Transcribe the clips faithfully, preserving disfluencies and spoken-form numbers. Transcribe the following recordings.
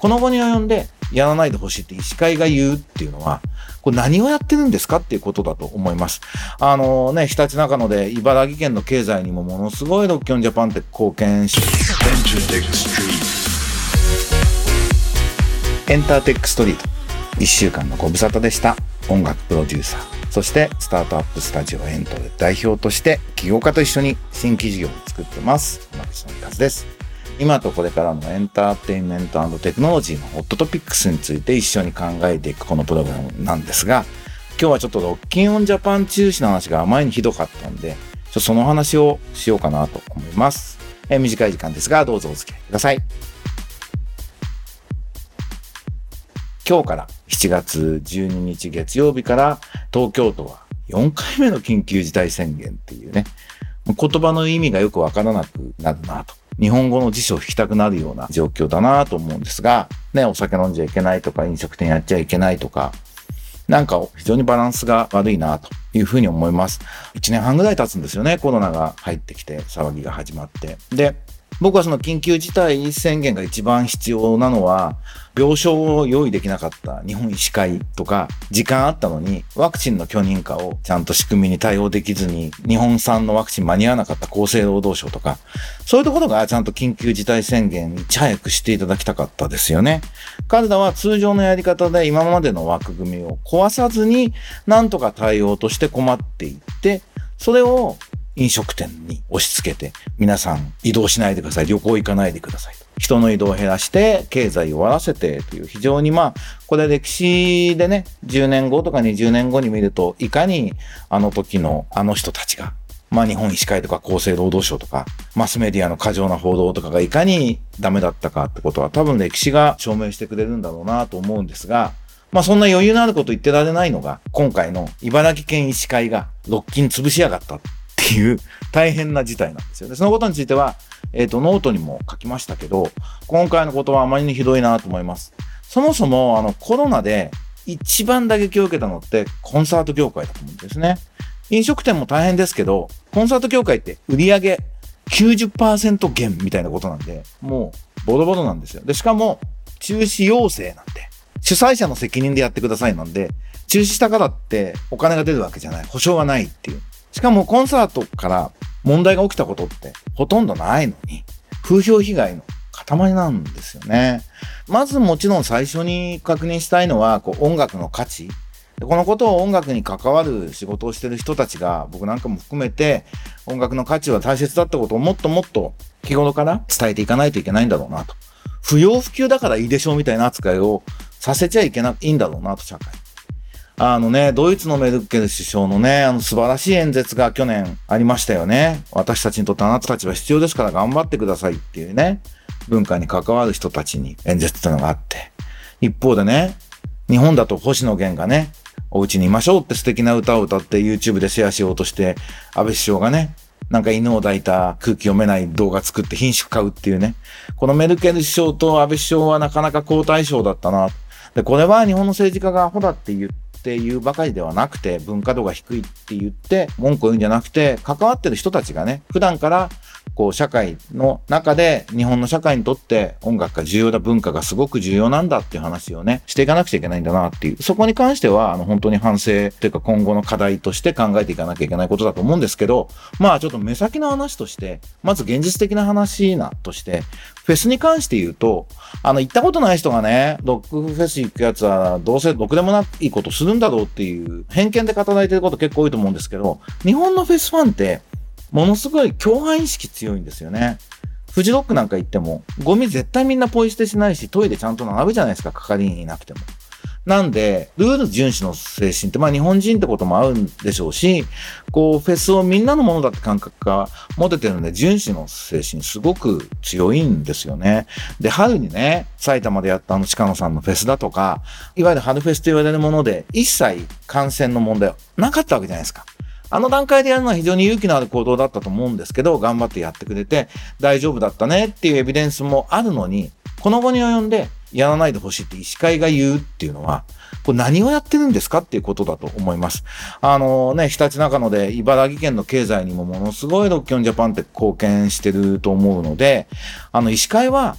この後に及んでやらないでほしいって医師会が言うっていうのは、これ何をやってるんですかっていうことだと思います。あのね、日立中野で茨城県の経済にもものすごいロッキオンジャパンって貢献し、エンターテックストリートいっしゅうかんのご無沙汰でした。音楽プロデューサー、そしてスタートアップスタジオエントで代表として起業家と一緒に新規事業を作ってます馬口の和です。今とこれからのエンターテインメント&テクノロジーのホットトピックスについて一緒に考えていくこのプログラムなんですが、今日はちょっとロッキンオンジャパン中止の話があまりにひどかったんで、ちょっとその話をしようかなと思います。え短い時間ですがどうぞお付き合いください。今日からしちがつじゅうににち月曜日から東京都はよんかいめの緊急事態宣言っていうね、言葉の意味がよくわからなくなるなと、日本語の辞書を引きたくなるような状況だなと思うんですが、ね、お酒飲んじゃいけないとか飲食店やっちゃいけないとか、なんか非常にバランスが悪いなというふうに思います。いちねんはんぐらい経つんですよね、コロナが入ってきて騒ぎが始まって。で、僕はその緊急事態宣言が一番必要なのは、病床を用意できなかった日本医師会とか、時間あったのにワクチンの許認可をちゃんと仕組みに対応できずに日本産のワクチン間に合わなかった厚生労働省とか、そういうところがちゃんと緊急事態宣言いち早くしていただきたかったですよね。彼らは通常のやり方で今までの枠組みを壊さずになんとか対応として困っていって、それを飲食店に押し付けて、皆さん移動しないでください、旅行行かないでください、人の移動を減らして経済を終わらせてという、非常にまあこれ歴史でね、じゅうねんごとかにじゅうねんごに見ると、いかにあの時のあの人たちが、まあ日本医師会とか厚生労働省とかマスメディアの過剰な報道とかがいかにダメだったかってことは、多分歴史が証明してくれるんだろうなと思うんですが、まあそんな余裕のあること言ってられないのが、今回の茨城県医師会がロッキン潰しやがったっていう大変な事態なんですよね。そのことについては、えっと、ノートにも書きましたけど、今回のことはあまりにひどいなと思います。そもそも、あの、コロナで一番打撃を受けたのってコンサート業界だと思うんですね。飲食店も大変ですけど、コンサート業界って売上 きゅうじゅっパーセント 減みたいなことなんで、もうボロボロなんですよ。で、しかも中止要請なんで、主催者の責任でやってくださいなんで、中止したからってお金が出るわけじゃない。保証はないっていう。しかもコンサートから問題が起きたことってほとんどないのに、風評被害の塊なんですよね。まずもちろん最初に確認したいのは、こう音楽の価値。このことを音楽に関わる仕事をしている人たちが、僕なんかも含めて、音楽の価値は大切だったことをもっともっと日頃から伝えていかないといけないんだろうなと。不要不急だからいいでしょうみたいな扱いをさせちゃいけないんだろうなと、社会。あのね、ドイツのメルケル首相のね、あの素晴らしい演説が去年ありましたよね。私たちにとってあなたたちは必要ですから頑張ってくださいっていうね、文化に関わる人たちに演説ってのがあって。一方でね、日本だと星野源がね、お家にいましょうって素敵な歌を歌って YouTube でシェアしようとして、安倍首相がね、なんか犬を抱いた空気読めない動画作って品種買うっていうね。このメルケル首相と安倍首相はなかなか好対照だったな。で、これは日本の政治家がアホだって言って、っていうばかりではなくて、文化度が低いって言って文句を言うんじゃなくて、関わってる人たちがね、普段からこう社会の中で日本の社会にとって音楽が重要だ、文化がすごく重要なんだっていう話をね、していかなくちゃいけないんだなっていう、そこに関してはあの本当に反省というか今後の課題として考えていかなきゃいけないことだと思うんですけど、まあちょっと目先の話として、まず現実的な話なとして、フェスに関して言うと、あの行ったことない人がね、ロックフェス行くやつはどうせろくでもないことするんだろうっていう偏見で語られてること結構多いと思うんですけど、日本のフェスファンってものすごい共犯意識強いんですよね。フジロックなんか行ってもゴミ絶対みんなポイ捨てしないし、トイレちゃんと並ぶじゃないですか、係員いなくても。なんでルール遵守の精神ってまあ日本人ってこともあるんでしょうし、こうフェスをみんなのものだって感覚が持ててるので、遵守の精神すごく強いんですよね。で、春にね、埼玉でやったあの鹿野さんのフェスだとか、いわゆる春フェスと言われるもので一切感染の問題はなかったわけじゃないですか。あの段階でやるのは非常に勇気のある行動だったと思うんですけど、頑張ってやってくれて大丈夫だったねっていうエビデンスもあるのに、この後に及んでやらないでほしいって医師会が言うっていうのは、これ何をやってるんですかっていうことだと思います。あのね、日立中野で茨城県の経済にもものすごいロッキオンジャパンって貢献してると思うので、あの医師会は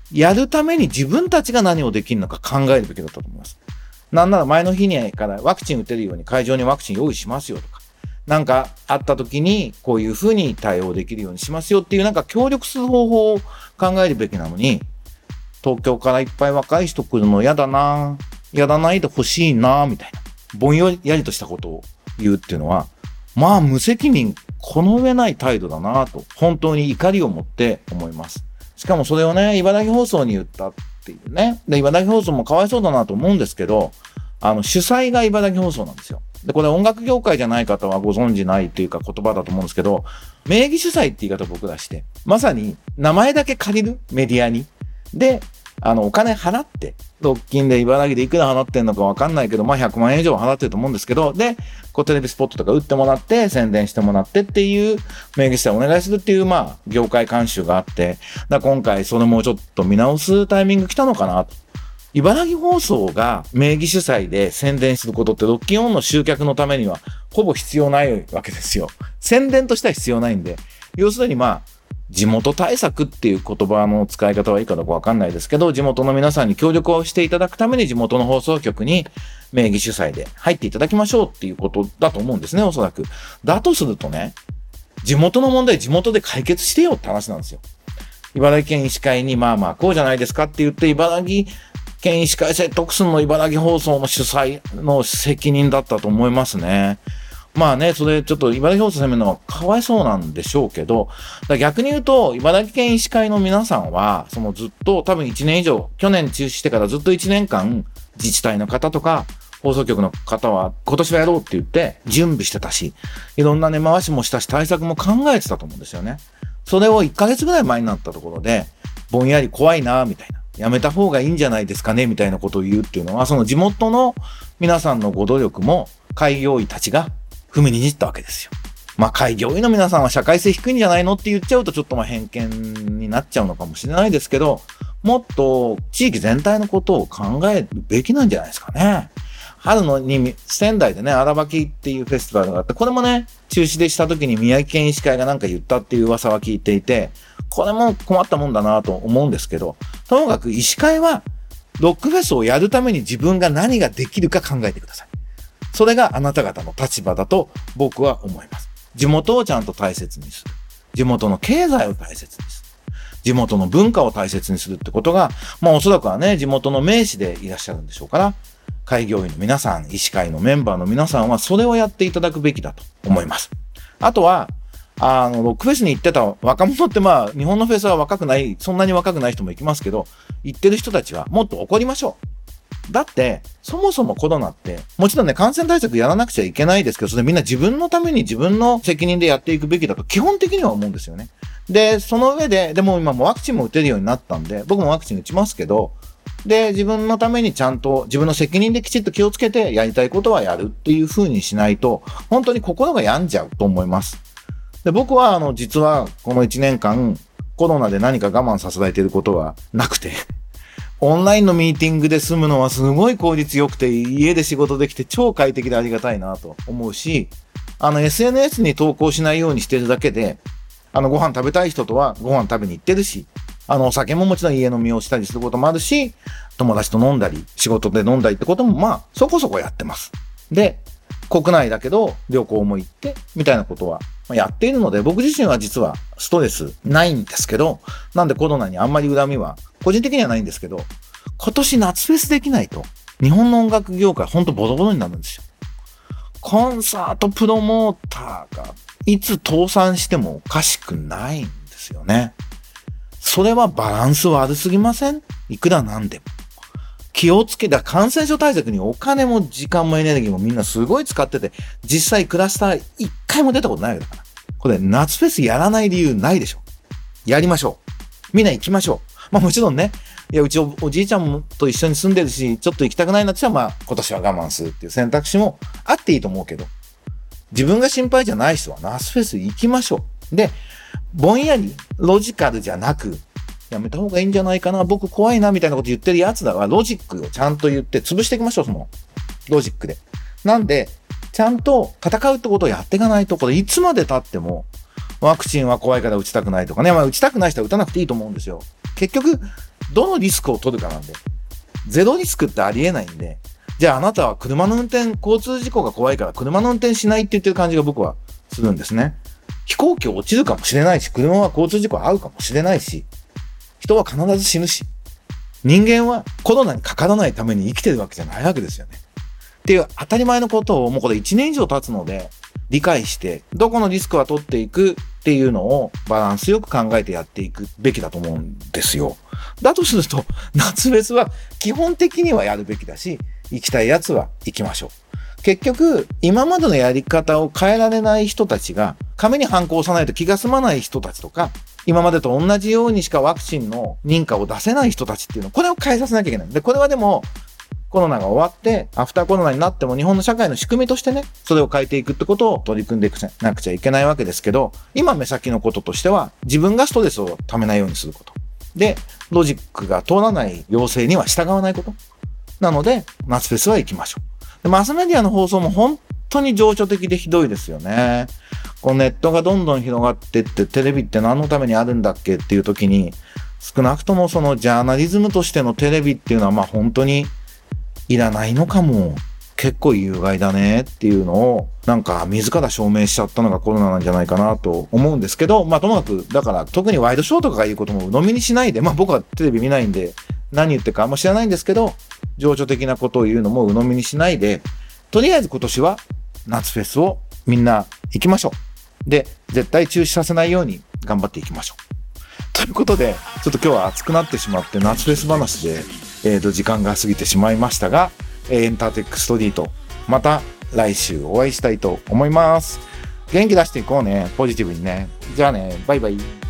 やるために自分たちが何をできるのか考えるべきだったと思います。なんなら前の日にからワクチン打てるように会場にワクチン用意しますよとか、なんかあった時にこういうふうに対応できるようにしますよっていうなんか協力する方法を考えるべきなのに、東京からいっぱい若い人来るの嫌だな、やらないでほしいな、みたいな、ぼんやりとしたことを言うっていうのは、まあ無責任、この上ない態度だなと、本当に怒りを持って思います。しかもそれをね、茨城放送に言ったっていうね。で、茨城放送もかわいそうだなと思うんですけど、あの、主催が茨城放送なんですよ。で、これ音楽業界じゃない方はご存知ないというか言葉だと思うんですけど、名義主催って言い方を僕らして、まさに名前だけ借りるメディアに。で、あの、お金払って、ドッキンで茨城でいくら払ってんのかわかんないけど、まあひゃくまんえん以上払ってると思うんですけど、で、こうテレビスポットとか打ってもらって、宣伝してもらってっていう、名義主催お願いするっていう、まあ、業界慣習があって、だ今回それもちょっと見直すタイミング来たのかなと。茨城放送が名義主催で宣伝することってロッキンオンの集客のためにはほぼ必要ないわけですよ。宣伝としては必要ないんで、要するにまあ、地元対策っていう言葉の使い方はいいかどうかわかんないですけど、地元の皆さんに協力をしていただくために地元の放送局に名義主催で入っていただきましょうっていうことだと思うんですね、おそらく。だとするとね、地元の問題地元で解決してよって話なんですよ。茨城県医師会にまあまあこうじゃないですかって言って、茨城県医師会説得するの茨城放送の主催の責任だったと思いますね。まあね、それちょっと茨城放送責めるのはかわいそうなんでしょうけど、だ逆に言うと、茨城県医師会の皆さんは、そのずっと多分いちねん以上、去年中止してからずっといちねんかん、自治体の方とか、放送局の方は今年はやろうって言って準備してたし、いろんな根回しもしたし対策も考えてたと思うんですよね。それをいっかげつぐらい前になったところで、ぼんやり怖いなみたいな。やめた方がいいんじゃないですかねみたいなことを言うっていうのは、その地元の皆さんのご努力も開業医たちが踏みにじったわけですよ。まあ開業医の皆さんは社会性低いんじゃないのって言っちゃうとちょっとまあ偏見になっちゃうのかもしれないですけど、もっと地域全体のことを考えるべきなんじゃないですかね。春のに仙台でね、荒ばきっていうフェスティバルがあって、これもね、中止でした時に宮城県医師会がなんか言ったっていう噂は聞いていて、これも困ったもんだなと思うんですけど、ともかく医師会はロックフェスをやるために自分が何ができるか考えてください。それがあなた方の立場だと僕は思います。地元をちゃんと大切にする。地元の経済を大切にする。地元の文化を大切にするってことが、まあおそらくはね、地元の名士でいらっしゃるんでしょうから、開業医の皆さん、医師会のメンバーの皆さんはそれをやっていただくべきだと思います。あとは、あの、ロックフェスに行ってた若者ってまあ、日本のフェスは若くない、そんなに若くない人も行きますけど、行ってる人たちはもっと怒りましょう。だって、そもそもコロナって、もちろんね、感染対策やらなくちゃいけないですけど、それみんな自分のために自分の責任でやっていくべきだと基本的には思うんですよね。で、その上で、でも今もワクチンも打てるようになったんで、僕もワクチン打ちますけど、で、自分のためにちゃんと自分の責任できちっと気をつけてやりたいことはやるっていう風にしないと、本当に心が病んじゃうと思います。で、僕はあの、実はこのいちねんかんコロナで何か我慢させられていることはなくて、オンラインのミーティングで済むのはすごい効率良くて、家で仕事できて超快適でありがたいなと思うし、あの エスエヌエス に投稿しないようにしてるだけで、あのご飯食べたい人とはご飯食べに行ってるし、あのお酒ももちろん家飲みをしたりすることもあるし、友達と飲んだり、仕事で飲んだりってこともまあそこそこやってます。で、国内だけど旅行も行ってみたいなことはやっているので、僕自身は実はストレスないんですけど、なんでコロナにあんまり恨みは個人的にはないんですけど、今年夏フェスできないと日本の音楽業界ほんとボロボロになるんですよ。コンサートプロモーターがいつ倒産してもおかしくないんですよね。それはバランス悪すぎません？いくらなんでも。気をつけた感染症対策にお金も時間もエネルギーもみんなすごい使ってて、実際クラスター一回も出たことないわけだから。これ夏フェスやらない理由ないでしょ。やりましょう。みんな行きましょう。まあもちろんね、いやうち お, おじいちゃんと一緒に住んでるし、ちょっと行きたくないなって言ったらまあ今年は我慢するっていう選択肢もあっていいと思うけど、自分が心配じゃない人は夏フェス行きましょう。で、ぼんやりロジカルじゃなく、やめた方がいいんじゃないかな、僕怖いなみたいなこと言ってるやつらはロジックをちゃんと言って潰していきましょう、そのロジックで。なんで、ちゃんと戦うってことをやっていかないと、これいつまで経ってもワクチンは怖いから打ちたくないとかね、まあ打ちたくない人は打たなくていいと思うんですよ。結局、 どのリスクを取るかなんで。ゼロリスクってありえないんで、じゃああなたは車の運転、交通事故が怖いから車の運転しないって言ってる感じが僕はするんですね。飛行機落ちるかもしれないし、車は交通事故合うかもしれないし、人は必ず死ぬし、人間はコロナにかからないために生きてるわけじゃないわけですよね。っていう当たり前のことをもうこれいちねん以上経つので理解して、どこのリスクは取っていくっていうのをバランスよく考えてやっていくべきだと思うんですよ。だとすると、夏フェスは基本的にはやるべきだし、行きたいやつは行きましょう。結局、今までのやり方を変えられない人たちが、紙にハンコを押さないと気が済まない人たちとか、今までと同じようにしかワクチンの認可を出せない人たちっていうの、これを変えさせなきゃいけない。で、これはでも、コロナが終わって、アフターコロナになっても日本の社会の仕組みとしてね、それを変えていくってことを取り組んでいくなくちゃいけないわけですけど、今目先のこととしては、自分がストレスをためないようにすること。で、ロジックが通らない要請には従わないこと。なので、夏フェスは行きましょう。で、マスメディアの放送も本当に情緒的でひどいですよね。こうネットがどんどん広がってって、テレビって何のためにあるんだっけっていう時に、少なくともそのジャーナリズムとしてのテレビっていうのはまあ本当にいらないのかも。結構有害だねっていうのをなんか自ら証明しちゃったのがコロナなんじゃないかなと思うんですけど、まあともかくだから特にワイドショーとかが言うことも鵜呑みにしないで、まあ僕はテレビ見ないんで何言ってるかあんま知らないんですけど、情緒的なことを言うのも鵜呑みにしないで、とりあえず今年は夏フェスをみんな行きましょう。で、絶対中止させないように頑張っていきましょう。ということで、ちょっと今日は熱くなってしまって夏フェス話で、えーと時間が過ぎてしまいましたが、エンターテックストリート、また来週お会いしたいと思います。元気出していこうね、ポジティブにね。じゃあね、バイバイ。